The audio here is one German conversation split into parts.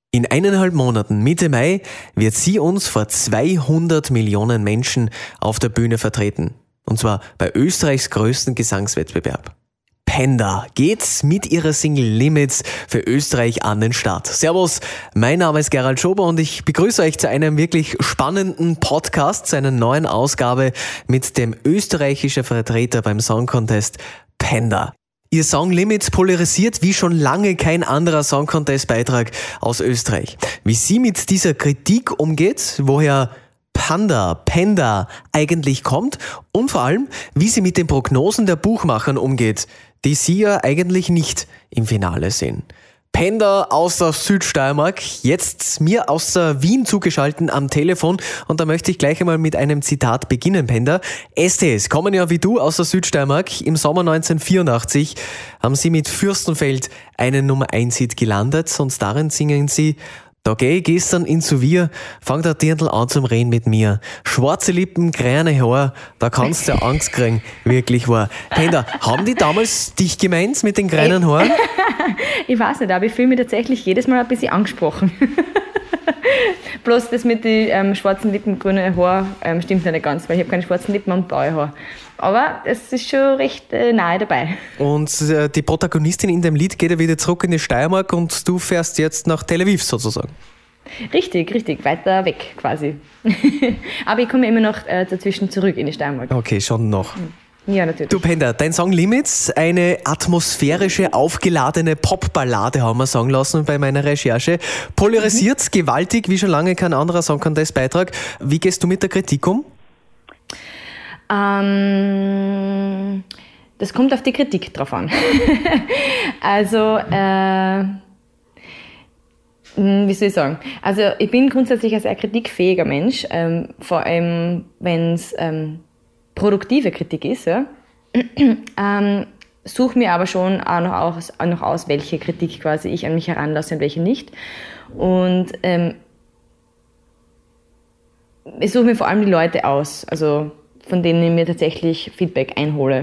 In 1,5 Monaten, Mitte Mai, wird sie uns vor 200 Millionen Menschen auf der Bühne vertreten. Und zwar bei Österreichs größten Gesangswettbewerb. Panda geht mit ihrer Single Limits für Österreich an den Start. Servus, mein Name ist Gerald Schober und ich begrüße euch zu einem wirklich spannenden Podcast, zu einer neuen Ausgabe mit dem österreichischen Vertreter beim Song Contest, Panda. Ihr Song Limits polarisiert wie schon lange kein anderer Song Contest Beitrag aus Österreich. Wie sie mit dieser Kritik umgeht, woher Panda eigentlich kommt und vor allem, wie sie mit den Prognosen der Buchmachern umgeht, die sie ja eigentlich nicht im Finale sehen. Panda aus der Südsteiermark, jetzt mir aus der Wien zugeschaltet am Telefon und da möchte ich gleich einmal mit einem Zitat beginnen, Panda. STs kommen ja wie du aus der Südsteiermark. Im Sommer 1984 haben sie mit Fürstenfeld einen Nummer-1-Hit gelandet und darin singen sie: Da geh ich gestern in Zuvier, fang der Dirndl an zum Reden mit mir. Schwarze Lippen, grüne Haare, da kannst du ja Angst kriegen, wirklich wahr. Panda, haben die damals dich gemeint mit den grünen Haaren? Ich weiß nicht, aber ich fühle mich tatsächlich jedes Mal ein bisschen angesprochen. Bloß das mit den schwarzen Lippen, grünen Haaren stimmt ja nicht ganz, weil ich habe keine schwarzen Lippen und blaue Haare. Aber es ist schon recht nahe dabei. Und die Protagonistin in dem Lied geht ja wieder zurück in die Steiermark und du fährst jetzt nach Tel Aviv sozusagen. Richtig, weiter weg quasi. Aber ich komme immer noch dazwischen zurück in die Steiermark. Okay, schon noch. Ja, natürlich. Du Panda, dein Song Limits, eine atmosphärische, aufgeladene Popballade, haben wir sagen lassen bei meiner Recherche. Polarisiert gewaltig, wie schon lange kein anderer Song Contest Beitrag. Wie gehst du mit der Kritik um? Das kommt auf die Kritik drauf an. Also, wie soll ich sagen? Also, ich bin grundsätzlich ein sehr kritikfähiger Mensch, vor allem, wenn es produktive Kritik ist. Ja? Suche mir aber schon auch noch aus, welche Kritik quasi ich an mich heranlasse und welche nicht. Und ich suche mir vor allem die Leute aus, also von denen ich mir tatsächlich Feedback einhole.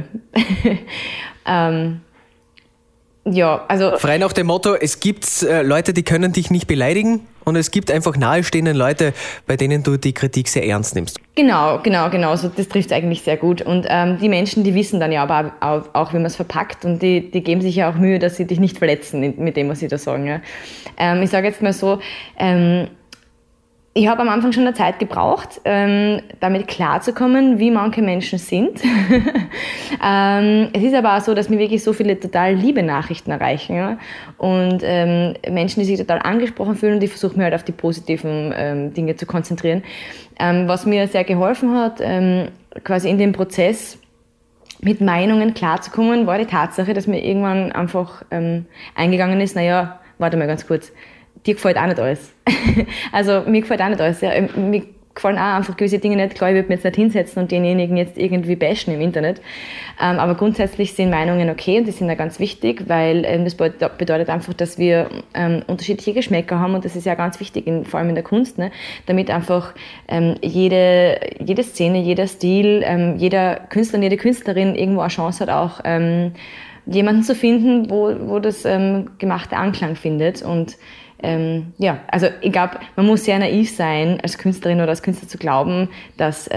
Ja, also frei nach dem Motto, es gibt Leute, die können dich nicht beleidigen und es gibt einfach nahestehende Leute, bei denen du die Kritik sehr ernst nimmst. Genau. So, das trifft es eigentlich sehr gut. Und die Menschen, die wissen dann ja aber auch, wie man es verpackt und die geben sich ja auch Mühe, dass sie dich nicht verletzen mit dem, was sie da sagen. Ja. Ich sage jetzt mal so, ich habe am Anfang schon eine Zeit gebraucht, damit klarzukommen, wie manche Menschen sind. Es ist aber auch so, dass mir wirklich so viele total liebe Nachrichten erreichen. Ja? Und Menschen, die sich total angesprochen fühlen, und ich versuche mir halt auf die positiven Dinge zu konzentrieren. Was mir sehr geholfen hat, quasi in dem Prozess mit Meinungen klarzukommen, war die Tatsache, dass mir irgendwann einfach eingegangen ist, naja, warte mal ganz kurz, dir gefällt auch nicht alles. Also mir gefällt auch nicht alles. Ja. Mir gefallen auch einfach gewisse Dinge nicht. Klar, ich würde mich jetzt nicht hinsetzen und denjenigen jetzt irgendwie bashen im Internet. Aber grundsätzlich sind Meinungen okay und die sind ja ganz wichtig, weil das bedeutet einfach, dass wir unterschiedliche Geschmäcker haben und das ist ja ganz wichtig, vor allem in der Kunst, ne? Damit einfach jede Szene, jeder Stil, jeder Künstler und jede Künstlerin irgendwo eine Chance hat, auch jemanden zu finden, wo das gemachte Anklang findet. Und also ich glaube, man muss sehr naiv sein, als Künstlerin oder als Künstler zu glauben, dass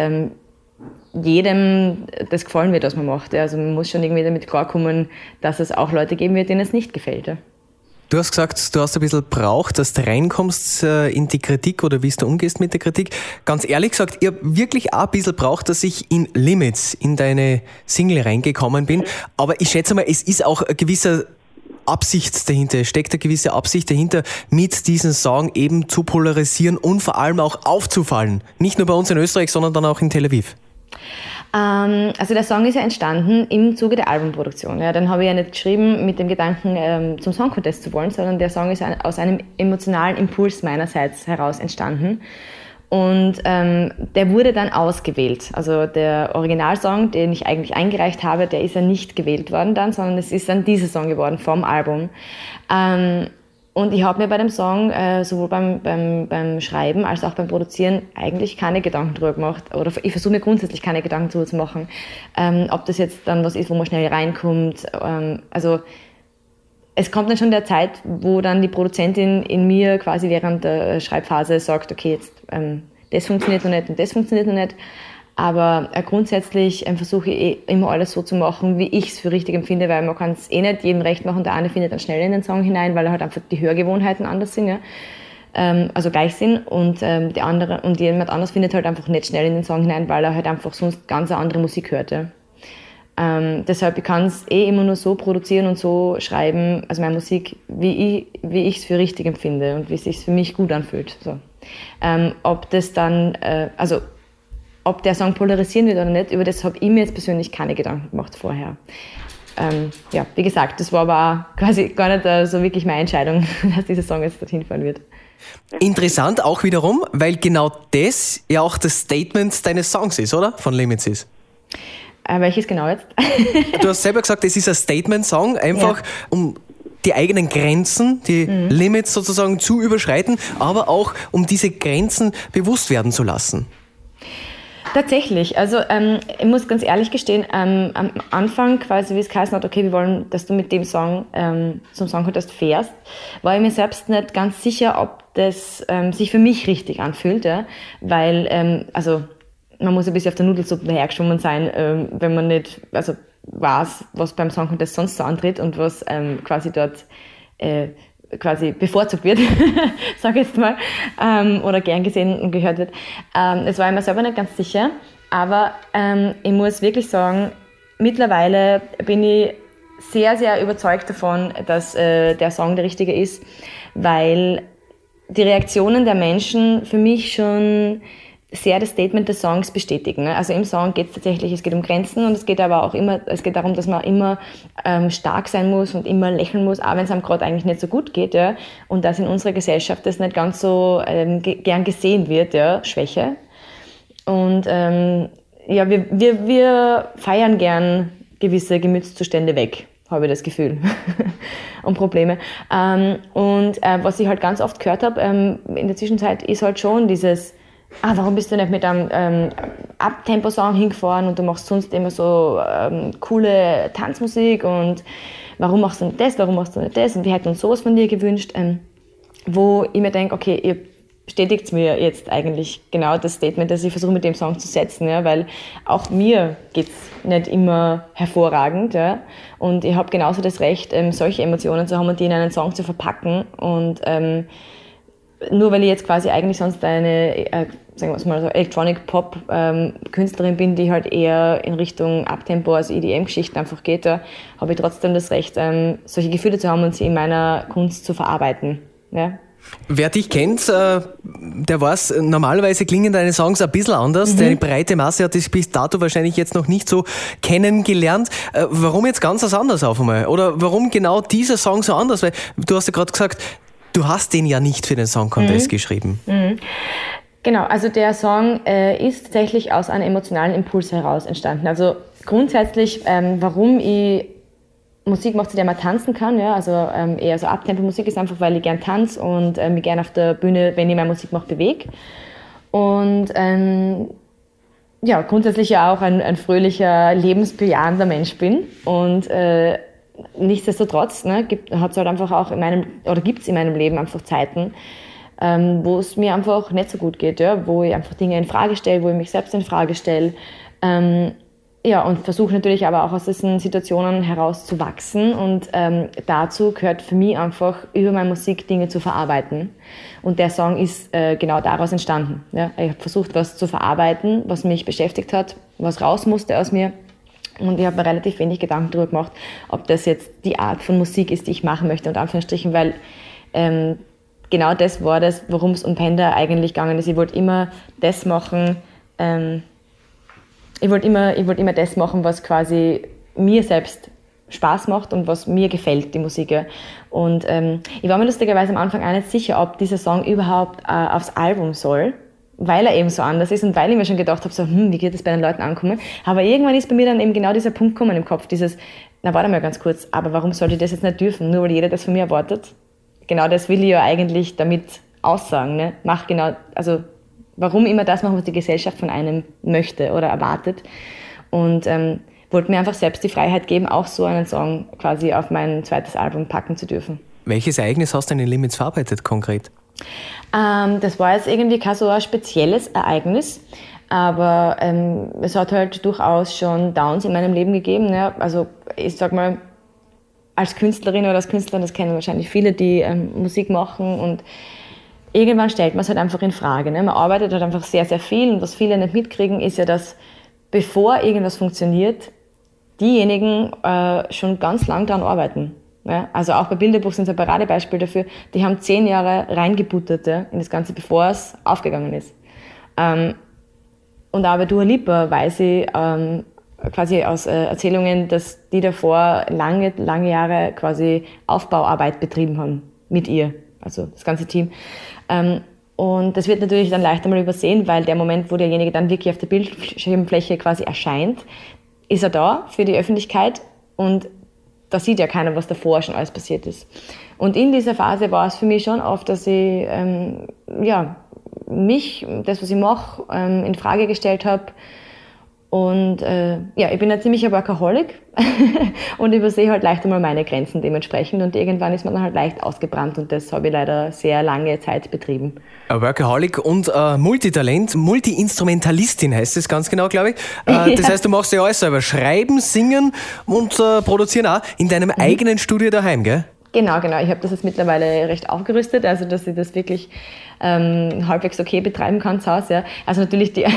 jedem das gefallen wird, was man macht. Also man muss schon irgendwie damit klarkommen, dass es auch Leute geben wird, denen es nicht gefällt. Ja. Du hast gesagt, du hast ein bisschen braucht, dass du reinkommst in die Kritik oder wie du umgehst mit der Kritik. Ganz ehrlich gesagt, ich habe wirklich auch ein bisschen braucht, dass ich in Limits, in deine Single reingekommen bin. Aber ich schätze mal, es ist auch ein gewisser Absicht dahinter, steckt eine gewisse Absicht dahinter, mit diesem Song eben zu polarisieren und vor allem auch aufzufallen. Nicht nur bei uns in Österreich, sondern dann auch in Tel Aviv. Also der Song ist ja entstanden im Zuge der Albumproduktion. Ja, dann habe ich ja nicht geschrieben mit dem Gedanken, zum Song Contest zu wollen, sondern der Song ist aus einem emotionalen Impuls meinerseits heraus entstanden. Und der wurde dann ausgewählt. Also der Originalsong, den ich eigentlich eingereicht habe, der ist ja nicht gewählt worden dann, sondern es ist dann dieser Song geworden vom Album. Und ich habe mir bei dem Song, sowohl beim Schreiben als auch beim Produzieren, eigentlich keine Gedanken drüber gemacht. Oder ich versuche mir grundsätzlich keine Gedanken drüber zu machen, ob das jetzt dann was ist, wo man schnell reinkommt. Also es kommt dann schon der Zeit, wo dann die Produzentin in mir quasi während der Schreibphase sagt, okay, jetzt das funktioniert noch nicht und das funktioniert noch nicht. Aber grundsätzlich versuche ich immer alles so zu machen, wie ich es für richtig empfinde, weil man kann es nicht jedem recht machen. Der eine findet dann schnell in den Song hinein, weil er halt einfach die Hörgewohnheiten anders sind, ja? Also gleich sind. Und die andere und jemand anders findet halt einfach nicht schnell in den Song hinein, weil er halt einfach sonst ganz eine andere Musik hört. Ja? Deshalb, ich kann es immer nur so produzieren und so schreiben, also meine Musik, wie ich es für richtig empfinde und wie es sich für mich gut anfühlt. So. Ob das dann, ob der Song polarisieren wird oder nicht, über das habe ich mir jetzt persönlich keine Gedanken gemacht vorher. Ja, wie gesagt, das war aber auch quasi gar nicht so wirklich meine Entscheidung, dass dieser Song jetzt dorthin fallen wird. Interessant auch wiederum, weil genau das ja auch das Statement deines Songs ist, oder? Von Limits ist. Welches genau jetzt? Du hast selber gesagt, es ist ein Statement-Song, einfach um die eigenen Grenzen, die Limits sozusagen zu überschreiten, aber auch um diese Grenzen bewusst werden zu lassen. Tatsächlich, also ich muss ganz ehrlich gestehen, am Anfang quasi, wie es geheißen hat, okay, wir wollen, dass du mit dem Song zum Song Contest fährst, war ich mir selbst nicht ganz sicher, ob das sich für mich richtig anfühlt, ja? Weil, also man muss ein bisschen auf der Nudelsuppe hergeschwommen sein, wenn man nicht weiß, was beim Song Contest sonst so antritt und was quasi dort quasi bevorzugt wird, sage ich jetzt mal, oder gern gesehen und gehört wird. Das war ich mir selber nicht ganz sicher, aber ich muss wirklich sagen, mittlerweile bin ich sehr, sehr überzeugt davon, dass der Song der richtige ist, weil die Reaktionen der Menschen für mich schon sehr das Statement des Songs bestätigen. Ne? Also im Song geht es tatsächlich, es geht um Grenzen und es geht aber auch immer, es geht darum, dass man immer stark sein muss und immer lächeln muss, auch wenn es einem gerade eigentlich nicht so gut geht. Ja? Und dass in unserer Gesellschaft das nicht ganz so gern gesehen wird, ja? Schwäche. Und ja, wir feiern gern gewisse Gemütszustände weg, habe ich das Gefühl, und Probleme. Und was ich halt ganz oft gehört habe in der Zwischenzeit, ist halt schon dieses warum bist du nicht mit einem Abtempo-Song hingefahren und du machst sonst immer so coole Tanzmusik und warum machst du nicht das, warum machst du nicht das und wir hätten uns sowas von dir gewünscht, wo ich mir denke, okay, ihr bestätigt mir jetzt eigentlich genau das Statement, das ich versuche mit dem Song zu setzen, ja, weil auch mir geht's nicht immer hervorragend, ja, und ich habe genauso das Recht, solche Emotionen zu haben und die in einen Song zu verpacken und nur weil ich jetzt quasi eigentlich sonst eine, sagen wir es mal so, Electronic-Pop-Künstlerin bin, die halt eher in Richtung Uptempo, also EDM-Geschichten einfach geht, da habe ich trotzdem das Recht, solche Gefühle zu haben und sie in meiner Kunst zu verarbeiten. Ja? Wer dich kennt, der weiß, normalerweise klingen deine Songs ein bisschen anders. Deine breite Masse hat dich bis dato wahrscheinlich jetzt noch nicht so kennengelernt. Warum jetzt ganz was anderes auf einmal? Oder warum genau dieser Song so anders? Weil du hast ja gerade gesagt, du hast den ja nicht für den Song Contest geschrieben. Genau, also der Song ist tatsächlich aus einem emotionalen Impuls heraus entstanden. Also grundsätzlich, warum ich Musik mache, zu der man tanzen kann, ja, also eher so Abtempo-Musik ist einfach, weil ich gern tanze und mich gern auf der Bühne, wenn ich meine Musik mache, bewege. Und ja, grundsätzlich ja auch ein fröhlicher, lebensbejahender Mensch bin und nichtsdestotrotz hat es halt einfach auch gibt es in meinem Leben einfach Zeiten, wo es mir einfach nicht so gut geht, ja, wo ich einfach Dinge in Frage stelle, wo ich mich selbst in Frage stelle, ja, und versuche natürlich aber auch aus diesen Situationen heraus zu wachsen und dazu gehört für mich einfach, über meine Musik Dinge zu verarbeiten. Und der Song ist genau daraus entstanden. Ja. Ich habe versucht, was zu verarbeiten, was mich beschäftigt hat, was raus musste aus mir. Und ich habe mir relativ wenig Gedanken darüber gemacht, ob das jetzt die Art von Musik ist, die ich machen möchte, unter Anführungsstrichen, weil genau das war das, worum es um Panda eigentlich gegangen ist. Ich wollte immer das machen, ich wollte immer das machen, was quasi mir selbst Spaß macht und was mir gefällt, die Musik. Und ich war mir lustigerweise am Anfang auch nicht sicher, ob dieser Song überhaupt aufs Album soll, weil er eben so anders ist und weil ich mir schon gedacht habe, so, wie geht das bei den Leuten ankommen? Aber irgendwann ist bei mir dann eben genau dieser Punkt gekommen im Kopf, dieses, na warte mal ganz kurz, aber warum sollte ich das jetzt nicht dürfen, nur weil jeder das von mir erwartet? Genau das will ich ja eigentlich damit aussagen, ne? Warum immer das machen, was die Gesellschaft von einem möchte oder erwartet. Und wollte mir einfach selbst die Freiheit geben, auch so einen Song quasi auf mein zweites Album packen zu dürfen. Welches Ereignis hast du in den Limits verarbeitet konkret? Das war jetzt irgendwie kein so ein spezielles Ereignis, aber es hat halt durchaus schon Downs in meinem Leben gegeben. Ja. Also ich sag mal, als Künstlerin oder als Künstler, das kennen wahrscheinlich viele, die Musik machen, und irgendwann stellt man es halt einfach in Frage. Ne? Man arbeitet halt einfach sehr, sehr viel, und was viele nicht mitkriegen, ist ja, dass bevor irgendwas funktioniert, diejenigen schon ganz lang daran arbeiten. Ja? Also auch bei Bilderbuch sind es ein Paradebeispiel dafür, die haben 10 Jahre reingebuttert in das Ganze, bevor es aufgegangen ist. Und auch bei Dua Lipa weiß ich quasi aus Erzählungen, dass die davor lange, lange Jahre quasi Aufbauarbeit betrieben haben mit ihr, also das ganze Team. Und das wird natürlich dann leicht einmal übersehen, weil der Moment, wo derjenige dann wirklich auf der Bildschirmfläche quasi erscheint, ist er da für die Öffentlichkeit, und da sieht ja keiner, was davor schon alles passiert ist. Und in dieser Phase war es für mich schon oft, dass ich mich, das, was ich mache, in Frage gestellt habe. Und ich bin ein ziemlicher Workaholic und übersehe halt leicht einmal meine Grenzen dementsprechend, und irgendwann ist man dann halt leicht ausgebrannt, und das habe ich leider sehr lange Zeit betrieben. Ein Workaholic und Multitalent, Multi-Instrumentalistin heißt es ganz genau, glaube ich. Das heißt, du machst ja alles selber, schreiben, singen und produzieren auch in deinem eigenen Studio daheim, gell? Genau. Ich habe das jetzt mittlerweile recht aufgerüstet, also dass ich das wirklich halbwegs okay betreiben kann zu Hause. Ja. Also natürlich die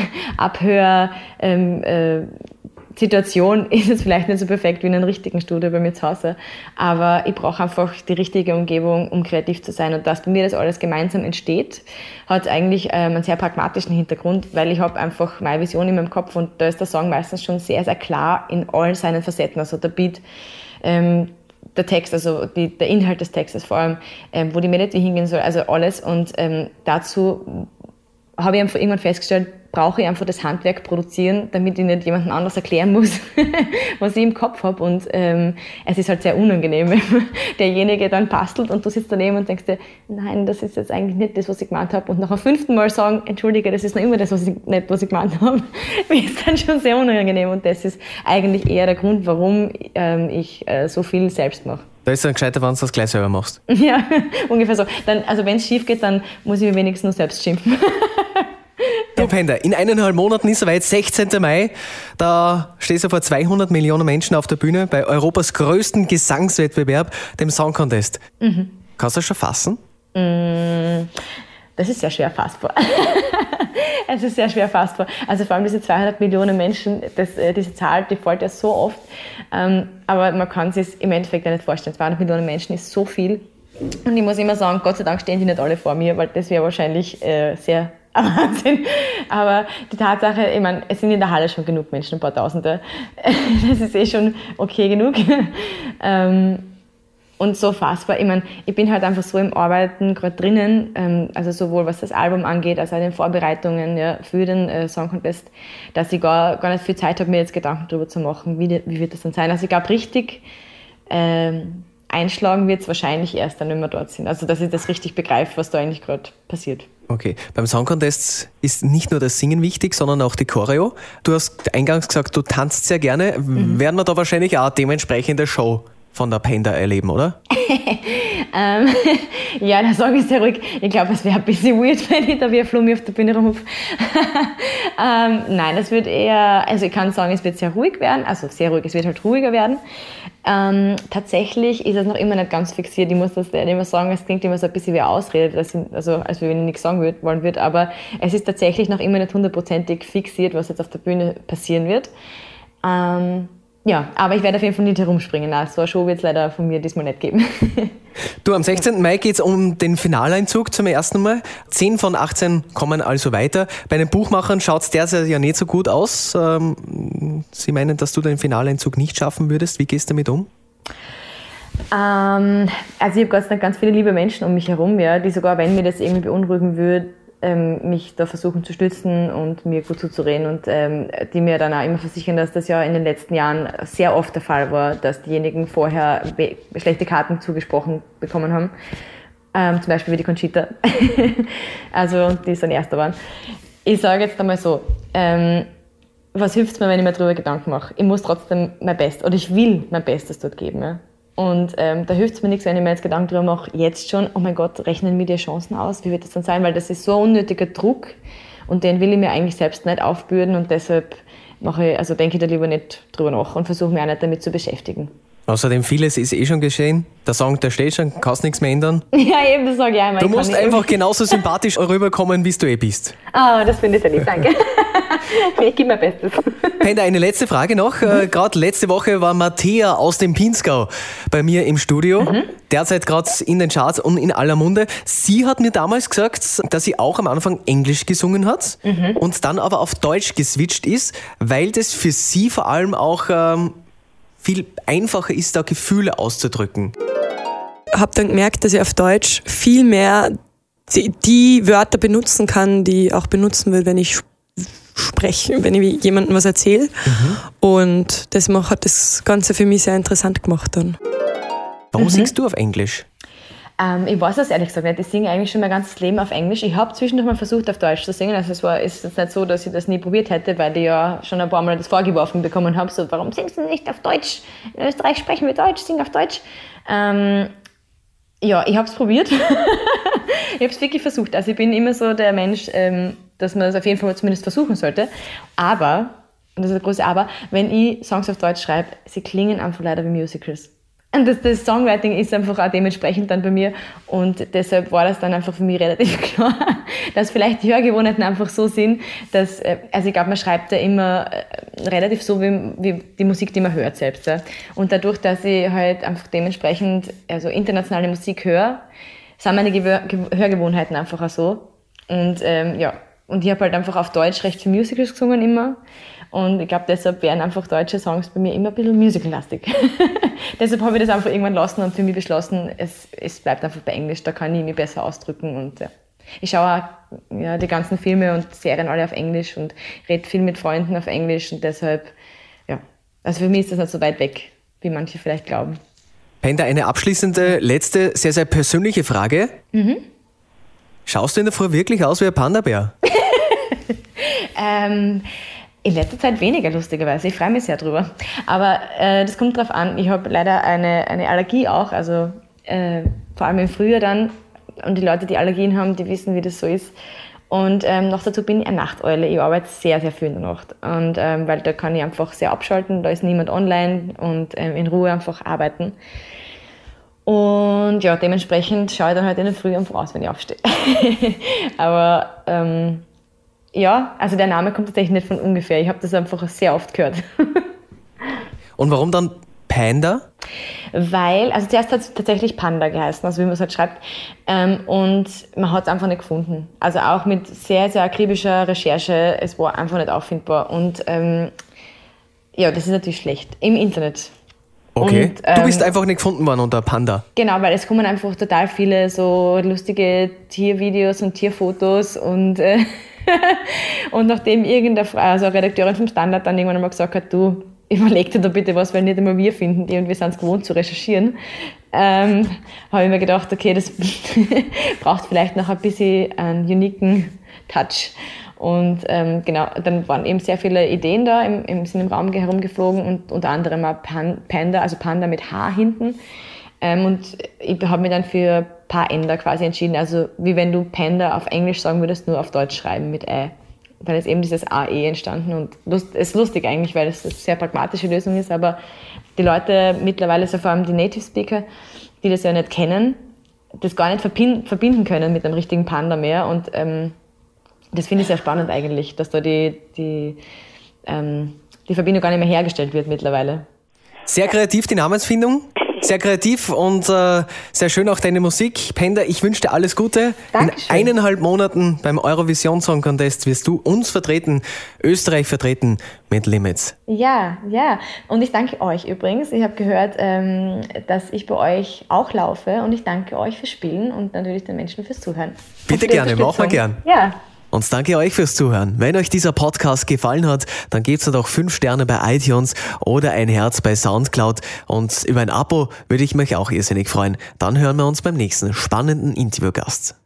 Situation ist jetzt vielleicht nicht so perfekt wie in einem richtigen Studio bei mir zu Hause, aber ich brauche einfach die richtige Umgebung, um kreativ zu sein. Und dass bei mir das alles gemeinsam entsteht, hat eigentlich einen sehr pragmatischen Hintergrund, weil ich habe einfach meine Vision in meinem Kopf, und da ist der Song meistens schon sehr, sehr klar in all seinen Facetten, also der Beat, der Text, also der Inhalt des Textes vor allem, wo die Melodie hingehen soll, also alles. Und dazu habe ich einfach irgendwann festgestellt, brauche ich einfach das Handwerk produzieren, damit ich nicht jemandem anders erklären muss, was ich im Kopf habe. Und es ist halt sehr unangenehm, wenn derjenige dann bastelt und du sitzt daneben und denkst dir, nein, das ist jetzt eigentlich nicht das, was ich gemeint habe. Und nach dem 5. Mal sagen, entschuldige, das ist noch immer das, was ich gemeint habe, ist dann schon sehr unangenehm. Und das ist eigentlich eher der Grund, warum ich so viel selbst mache. Da ist es dann gescheiter, wenn du das gleich selber machst. Ja, ungefähr so. Also wenn es schief geht, dann muss ich mir wenigstens nur selbst schimpfen. Du Penda, in 1,5 Monaten ist soweit, 16. Mai, da stehst du vor 200 Millionen Menschen auf der Bühne bei Europas größten Gesangswettbewerb, dem Song Contest. Mhm. Kannst du das schon fassen? Das ist sehr schwer fassbar. Es ist sehr schwer fassbar. Also vor allem diese 200 Millionen Menschen, diese Zahl, die fällt ja so oft. Aber man kann sich es im Endeffekt nicht vorstellen. 200 Millionen Menschen ist so viel. Und ich muss immer sagen, Gott sei Dank stehen die nicht alle vor mir, weil das wäre wahrscheinlich sehr Wahnsinn. Aber die Tatsache, ich meine, es sind in der Halle schon genug Menschen, ein paar Tausende. Das ist eh schon okay genug. Und so fassbar. Ich meine, ich bin halt einfach so im Arbeiten gerade drinnen, also sowohl was das Album angeht, als auch in den Vorbereitungen für den Song Contest, dass ich gar nicht viel Zeit habe, mir jetzt Gedanken darüber zu machen, wie wird das dann sein. Also ich glaube, richtig einschlagen wird es wahrscheinlich erst dann, wenn wir dort sind. Also dass ich das richtig begreife, was da eigentlich gerade passiert. Okay, beim Song Contest ist nicht nur das Singen wichtig, sondern auch die Choreo. Du hast eingangs gesagt, du tanzt sehr gerne. Werden wir da wahrscheinlich auch dementsprechend eine Show von der Penda erleben, oder? Ja, der Song ist sehr ruhig. Ich glaube, es wäre ein bisschen weird, wenn ich da wie ein Flummi auf der Bühne rumhupfe. Nein, es wird eher, also ich kann sagen, es wird sehr ruhig werden, also sehr ruhig, es wird halt ruhiger werden. Tatsächlich ist es noch immer nicht ganz fixiert. Ich muss das immer sagen, es klingt immer so ein bisschen wie eine Ausrede, als wenn ich nichts sagen wollen würde, aber es ist tatsächlich noch immer nicht 100%ig fixiert, was jetzt auf der Bühne passieren wird. Ja, aber ich werde auf jeden Fall nicht herumspringen. So eine Show wird es leider von mir diesmal nicht geben. Du, am 16. Mai geht es um den Finaleinzug zum ersten Mal. 10 von 18 kommen also weiter. Bei den Buchmachern schaut es derzeit ja nicht so gut aus. Sie meinen, dass du den Finaleinzug nicht schaffen würdest. Wie gehst du damit um? Also ich habe Gott sei Dank ganz viele liebe Menschen um mich herum, ja, die sogar, wenn mir das irgendwie beunruhigen würde, mich da versuchen zu stützen und mir gut zuzureden, und die mir dann auch immer versichern, dass das ja in den letzten Jahren sehr oft der Fall war, dass diejenigen vorher schlechte Karten zugesprochen bekommen haben, zum Beispiel wie die Conchita, also die dann Erster waren. Ich sage jetzt einmal so, was hilft es mir, wenn ich mir darüber Gedanken mache? Ich muss trotzdem mein Bestes, oder ich will mein Bestes dort geben. Ja? Und da hilft es mir nichts, wenn ich mir jetzt Gedanken darüber mache, jetzt schon, oh mein Gott, rechnen mir die Chancen aus, wie wird das dann sein? Weil das ist so ein unnötiger Druck und den will ich mir eigentlich selbst nicht aufbürden und deshalb denke ich da lieber nicht drüber nach und versuche mich auch nicht damit zu beschäftigen. Außerdem, vieles ist schon geschehen. Der Song, der steht schon, kannst nichts mehr ändern. Ja, eben, das sage ich einmal. Du musst einfach genauso sympathisch rüberkommen, wie du bist. Ah, das finde ich sehr lieb, danke. Ich gebe mein Bestes. Penda, eine letzte Frage noch. Gerade letzte Woche war Mattea aus dem Pinzgau bei mir im Studio. Derzeit gerade in den Charts und in aller Munde. Sie hat mir damals gesagt, dass sie auch am Anfang Englisch gesungen hat und dann aber auf Deutsch geswitcht ist, weil das für sie vor allem auch viel einfacher ist, da Gefühle auszudrücken. Ich habe dann gemerkt, dass ich auf Deutsch viel mehr die Wörter benutzen kann, die ich auch benutzen will, wenn ich spreche, wenn ich jemandem was erzähle. Und das hat das Ganze für mich sehr interessant gemacht dann. Warum singst du auf Englisch? Ich weiß das ehrlich gesagt nicht. Ich singe eigentlich schon mein ganzes Leben auf Englisch. Ich habe zwischendurch mal versucht, auf Deutsch zu singen. Also ist jetzt nicht so, dass ich das nie probiert hätte, weil ich ja schon ein paar Mal das vorgeworfen bekommen habe. So, warum singst du nicht auf Deutsch? In Österreich sprechen wir Deutsch, sing auf Deutsch. Ja, ich habe es probiert. Ich habe es wirklich versucht. Also ich bin immer so der Mensch, dass man es auf jeden Fall zumindest versuchen sollte. Aber, und das ist ein großes Aber, wenn ich Songs auf Deutsch schreibe, sie klingen einfach leider wie Musicals. Und das Songwriting ist einfach auch dementsprechend dann bei mir und deshalb war das dann einfach für mich relativ klar, dass vielleicht die Hörgewohnheiten einfach so sind, dass, also ich glaube, man schreibt ja immer relativ so wie die Musik, die man hört selbst. Ja. Und dadurch, dass ich halt einfach dementsprechend also internationale Musik höre, sind meine Hörgewohnheiten einfach auch so. Und und ich habe halt einfach auf Deutsch recht viele Musicals gesungen immer. Und ich glaube, deshalb wären einfach deutsche Songs bei mir immer ein bisschen musical-lastig. Deshalb habe ich das einfach irgendwann lassen und für mich beschlossen, es bleibt einfach bei Englisch, da kann ich mich besser ausdrücken. Und ja. Ich schaue auch die ganzen Filme und Serien alle auf Englisch und rede viel mit Freunden auf Englisch. Und deshalb, also für mich ist das nicht so weit weg, wie manche vielleicht glauben. Penda, eine abschließende, letzte, sehr, sehr persönliche Frage. Schaust du in der Früh wirklich aus wie ein Panda-Bär? In letzter Zeit weniger, lustigerweise. Ich freue mich sehr drüber. Aber das kommt drauf an. Ich habe leider eine Allergie auch, also vor allem im Frühjahr dann. Und die Leute, die Allergien haben, die wissen, wie das so ist. Und noch dazu bin ich eine Nachteule. Ich arbeite sehr, sehr viel in der Nacht. Und weil da kann ich einfach sehr abschalten, da ist niemand online und in Ruhe einfach arbeiten. Und ja, dementsprechend schaue ich dann halt in der Früh einfach aus, wenn ich aufstehe. Aber also der Name kommt tatsächlich nicht von ungefähr. Ich habe das einfach sehr oft gehört. Und warum dann Panda? Weil, also zuerst hat es tatsächlich Panda geheißen, also wie man es halt schreibt. Und man hat es einfach nicht gefunden. Also auch mit sehr, sehr akribischer Recherche, es war einfach nicht auffindbar. Und das ist natürlich schlecht. Im Internet. Okay, und, du bist einfach nicht gefunden worden unter Panda. Genau, weil es kommen einfach total viele so lustige Tiervideos und Tierfotos und und nachdem eine Redakteurin vom Standard dann irgendwann einmal gesagt hat, du, überleg dir da bitte was, weil nicht einmal wir finden die und wir sind es gewohnt zu recherchieren, habe ich mir gedacht, okay, das braucht vielleicht noch ein bisschen einen uniken Touch. Und genau, dann waren eben sehr viele Ideen da, sind im Raum herumgeflogen und unter anderem auch Panda, also Panda mit H hinten. Und ich habe mich dann für Panda quasi entschieden, also wie wenn du Panda auf Englisch sagen würdest, nur auf Deutsch schreiben mit Ä. Weil es eben dieses AE entstanden und es ist lustig eigentlich, weil es eine sehr pragmatische Lösung ist, aber die Leute mittlerweile, so vor allem die Native Speaker, die das ja nicht kennen, das gar nicht verbinden können mit einem richtigen Panda mehr und das finde ich sehr spannend eigentlich, dass da die Verbindung gar nicht mehr hergestellt wird mittlerweile. Sehr kreativ die Namensfindung, sehr kreativ und sehr schön auch deine Musik. Penda, ich wünsche dir alles Gute. Dankeschön. In 1,5 Monaten beim Eurovision Song Contest wirst du uns vertreten, Österreich vertreten mit Limits. Ja. Und ich danke euch übrigens. Ich habe gehört, dass ich bei euch auch laufe und ich danke euch fürs Spielen und natürlich den Menschen fürs Zuhören. Bitte gerne, machen wir gern. Ja. Und danke euch fürs Zuhören. Wenn euch dieser Podcast gefallen hat, dann gebt's doch 5 Sterne bei iTunes oder ein Herz bei Soundcloud. Und über ein Abo würde ich mich auch irrsinnig freuen. Dann hören wir uns beim nächsten spannenden Interviewgast.